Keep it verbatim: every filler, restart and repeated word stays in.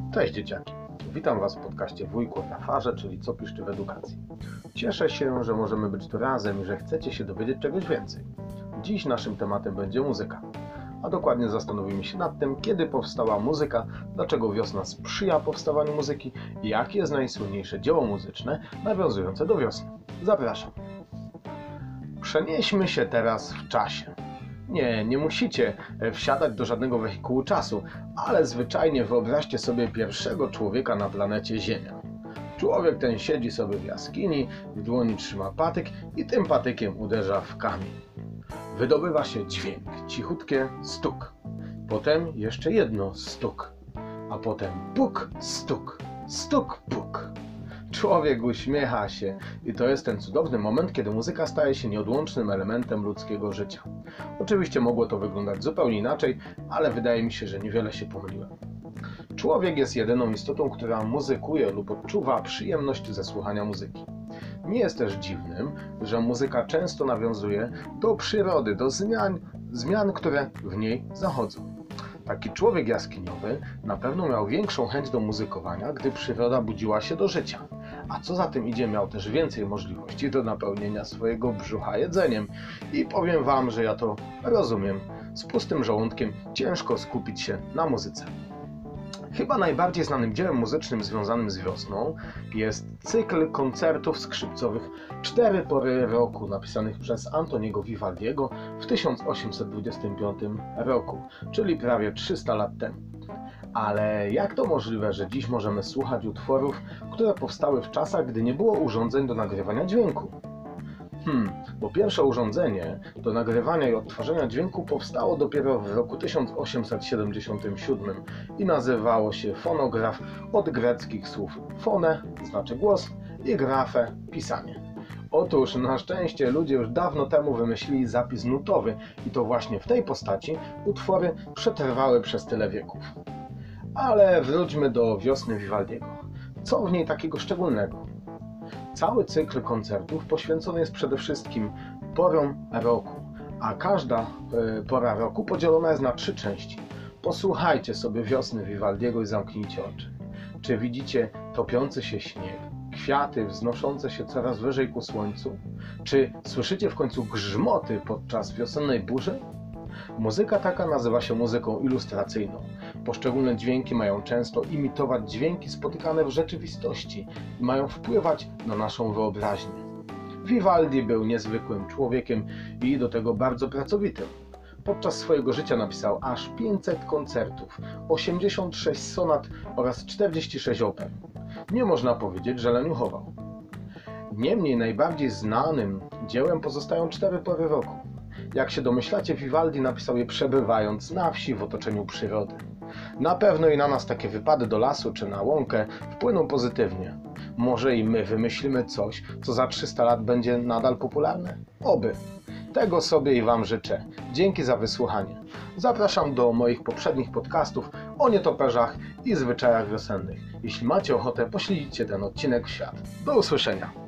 Cześć dzieciaki, witam Was w podcaście Wujku na farze, czyli Co piszczy w edukacji. Cieszę się, że możemy być tu razem i że chcecie się dowiedzieć czegoś więcej. Dziś naszym tematem będzie muzyka, a dokładnie zastanowimy się nad tym, kiedy powstała muzyka, dlaczego wiosna sprzyja powstawaniu muzyki i jakie jest najsłynniejsze dzieło muzyczne nawiązujące do wiosny. Zapraszam. Przenieśmy się teraz w czasie. Nie, nie musicie wsiadać do żadnego wehikułu czasu, ale zwyczajnie wyobraźcie sobie pierwszego człowieka na planecie Ziemia. Człowiek ten siedzi sobie w jaskini, w dłoni trzyma patyk i tym patykiem uderza w kamień. Wydobywa się dźwięk, cichutkie stuk. Potem jeszcze jedno stuk, a potem puk, stuk, stuk, puk. Człowiek uśmiecha się i to jest ten cudowny moment, kiedy muzyka staje się nieodłącznym elementem ludzkiego życia. Oczywiście mogło to wyglądać zupełnie inaczej, ale wydaje mi się, że niewiele się pomyliłem. Człowiek jest jedyną istotą, która muzykuje lub odczuwa przyjemność ze słuchania muzyki. Nie jest też dziwnym, że muzyka często nawiązuje do przyrody, do zmian, zmian, które w niej zachodzą. Taki człowiek jaskiniowy na pewno miał większą chęć do muzykowania, gdy przyroda budziła się do życia. A co za tym idzie, miał też więcej możliwości do napełnienia swojego brzucha jedzeniem. I powiem Wam, że ja to rozumiem. Z pustym żołądkiem ciężko skupić się na muzyce. Chyba najbardziej znanym dziełem muzycznym związanym z wiosną jest cykl koncertów skrzypcowych Cztery pory roku, napisanych przez Antoniego Vivaldiego w tysiąc osiemset dwudziestym piątym roku, czyli prawie trzysta lat temu. Ale jak to możliwe, że dziś możemy słuchać utworów, które powstały w czasach, gdy nie było urządzeń do nagrywania dźwięku? Hmm, bo pierwsze urządzenie do nagrywania i odtwarzania dźwięku powstało dopiero w roku tysiąc osiemset siedemdziesiątym siódmym i nazywało się fonograf od greckich słów fone, znaczy głos, i grafę, pisanie. Otóż na szczęście ludzie już dawno temu wymyślili zapis nutowy i to właśnie w tej postaci utwory przetrwały przez tyle wieków. Ale wróćmy do wiosny Vivaldiego. Co w niej takiego szczególnego? Cały cykl koncertów poświęcony jest przede wszystkim porom roku, a każda y, pora roku podzielona jest na trzy części. Posłuchajcie sobie wiosny Vivaldiego i zamknijcie oczy. Czy widzicie topiący się śnieg, kwiaty wznoszące się coraz wyżej ku słońcu? Czy słyszycie w końcu grzmoty podczas wiosennej burzy? Muzyka taka nazywa się muzyką ilustracyjną. Poszczególne dźwięki mają często imitować dźwięki spotykane w rzeczywistości i mają wpływać na naszą wyobraźnię. Vivaldi był niezwykłym człowiekiem i do tego bardzo pracowitym. Podczas swojego życia napisał aż pięćset koncertów, osiemdziesiąt sześć sonat oraz czterdzieści sześć oper. Nie można powiedzieć, że leniuchował. Niemniej najbardziej znanym dziełem pozostają Cztery pory roku. Jak się domyślacie, Vivaldi napisał je przebywając na wsi w otoczeniu przyrody. Na pewno i na nas takie wypady do lasu czy na łąkę wpłyną pozytywnie. Może i my wymyślimy coś, co za trzysta lat będzie nadal popularne? Oby. Tego sobie i Wam życzę. Dzięki za wysłuchanie. Zapraszam do moich poprzednich podcastów o nietoperzach i zwyczajach wiosennych. Jeśli macie ochotę, poślijcie ten odcinek w świat. Do usłyszenia.